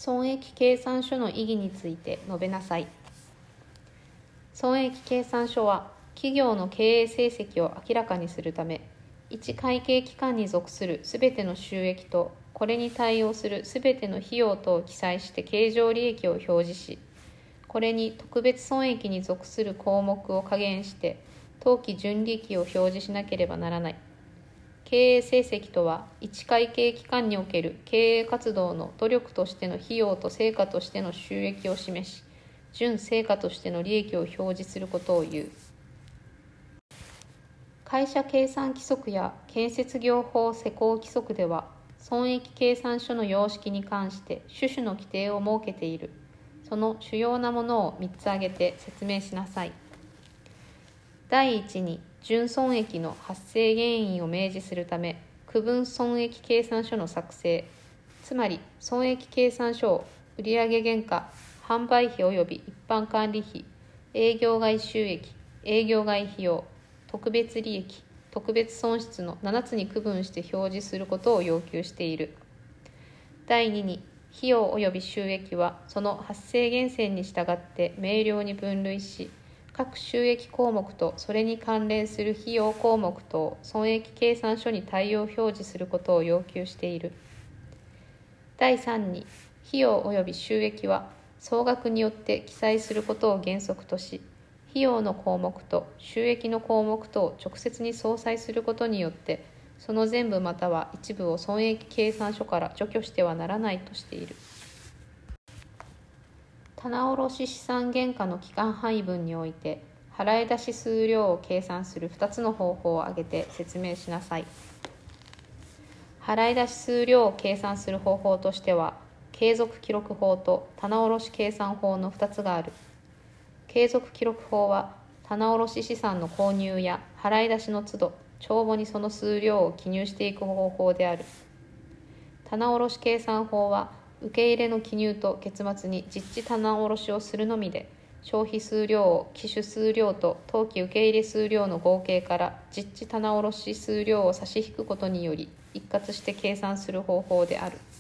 損益計算書の意義について述べなさい。損益計算書は企業の経営成績を明らかにするため、一会計機関に属するすべての収益とこれに対応するすべての費用等を記載して経常利益を表示し、これに特別損益に属する項目を加減して当期純利益を表示しなければならない。経営成績とは、一会計機関における経営活動の努力としての費用と成果としての収益を示し、純成果としての利益を表示することを言う。会社計算規則や建設業法施行規則では、損益計算書の様式に関して種々の規定を設けている。その主要なものを3つ挙げて説明しなさい。第一に、純損益の発生原因を明示するため、区分損益計算書の作成、つまり損益計算書を売上原価、販売費及び一般管理費、営業外収益、営業外費用、特別利益、特別損失の7つに区分して表示することを要求している。第2に、費用及び収益はその発生源泉に従って明瞭に分類し、各収益項目とそれに関連する費用項目とを損益計算書に対応表示することを要求している。第3に、費用及び収益は総額によって記載することを原則とし、費用の項目と収益の項目とを直接に相殺することによって、その全部または一部を損益計算書から除去してはならないとしている。棚卸資産原価の期間配分において、払い出し数量を計算する2つの方法を挙げて説明しなさい。払い出し数量を計算する方法としては、継続記録法と棚卸計算法の2つがある。継続記録法は、棚卸資産の購入や払い出しの都度、帳簿にその数量を記入していく方法である。棚卸計算法は、受け入れの記入と結末に実地棚卸をするのみで、消費数量を期首数量と当期受け入れ数量の合計から実地棚卸数量を差し引くことにより一括して計算する方法である。